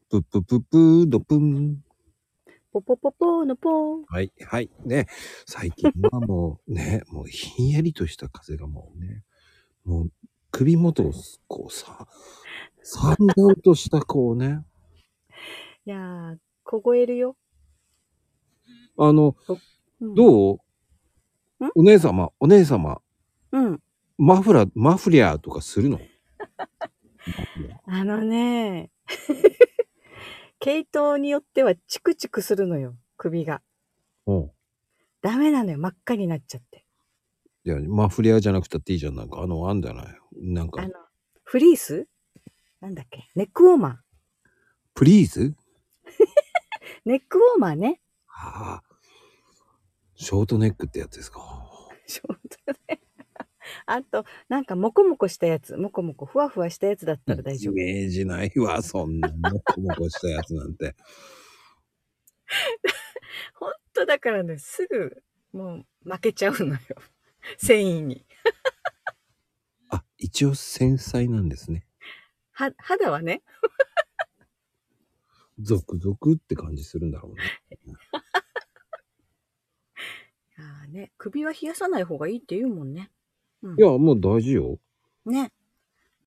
ぷっぷっぷっぷーどぷん。 ポポポポーのポー。 はい、はい。ね。最近はもうね、もうひんやりとした風がもうね、もう首元をこうさ、散々としたこうね、 いやー、凍えるよ。 あの、 うん。 どうお姉様、お姉様、 うん。 マフリアーとかするの？マフリアー。 あのね、系統によってはチクチクするのよ、首が。 うん。 ダメなのよ、真っ赤になっちゃって。 いや、マフリアーじゃなくたっていいじゃん。なんかあんじゃない？なんか、 あの、フリースなんだっけネックウォーマー。 プリーズ？ ネックウォーマーね。 はあ、ショートネックってやつですか。 ちょっとね。あと、なんかモコモコしたやつ、モコモコふわふわしたやつだったら大丈夫。 イメージないわ、そんなモコモコしたやつなんて。 ほんとだからね、すぐもう負けちゃうのよ。繊維に。 あ、一応繊細なんですね。 肌はね。 ゾクゾクって感じするんだろうね。 ね、首は冷やさない方がいいって言うもんね。うん。 いや、もう大事よ。 ね。